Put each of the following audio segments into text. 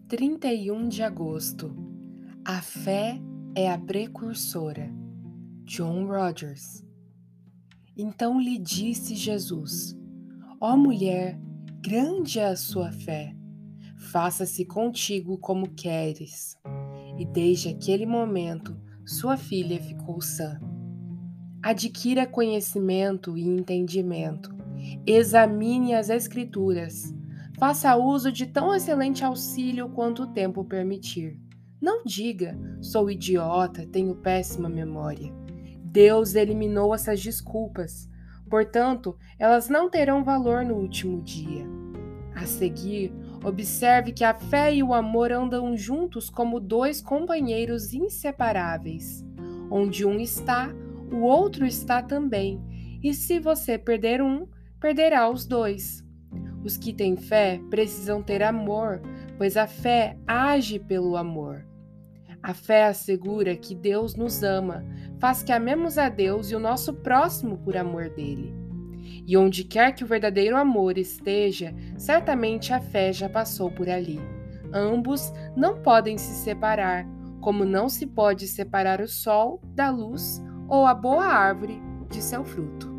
31 de agosto. A fé é a precursora. John Rogers. Então lhe disse Jesus: Ó mulher, grande é a sua fé. Faça-se contigo como queres. E desde aquele momento, sua filha ficou sã. Adquira conhecimento e entendimento. Examine as Escrituras. Faça uso de tão excelente auxílio quanto o tempo permitir. Não diga, sou idiota, tenho péssima memória. Deus eliminou essas desculpas. Portanto, elas não terão valor no último dia. A seguir, observe que a fé e o amor andam juntos como dois companheiros inseparáveis. Onde um está, o outro está também. E se você perder um, perderá os dois. Os que têm fé precisam ter amor, pois a fé age pelo amor. A fé assegura que Deus nos ama, faz que amemos a Deus e o nosso próximo por amor dele. E onde quer que o verdadeiro amor esteja, certamente a fé já passou por ali. Ambos não podem se separar, como não se pode separar o sol da luz ou a boa árvore de seu fruto.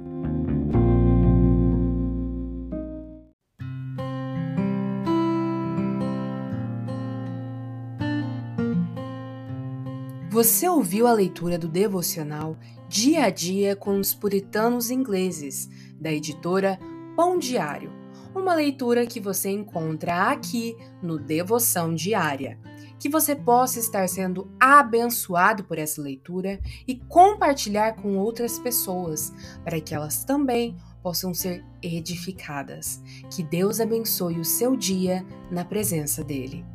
Você ouviu a leitura do devocional Dia a Dia com os Puritanos Ingleses, da editora Pão Diário, uma leitura que você encontra aqui no Devoção Diária. Que você possa estar sendo abençoado por essa leitura e compartilhar com outras pessoas, para que elas também possam ser edificadas. Que Deus abençoe o seu dia na presença dele.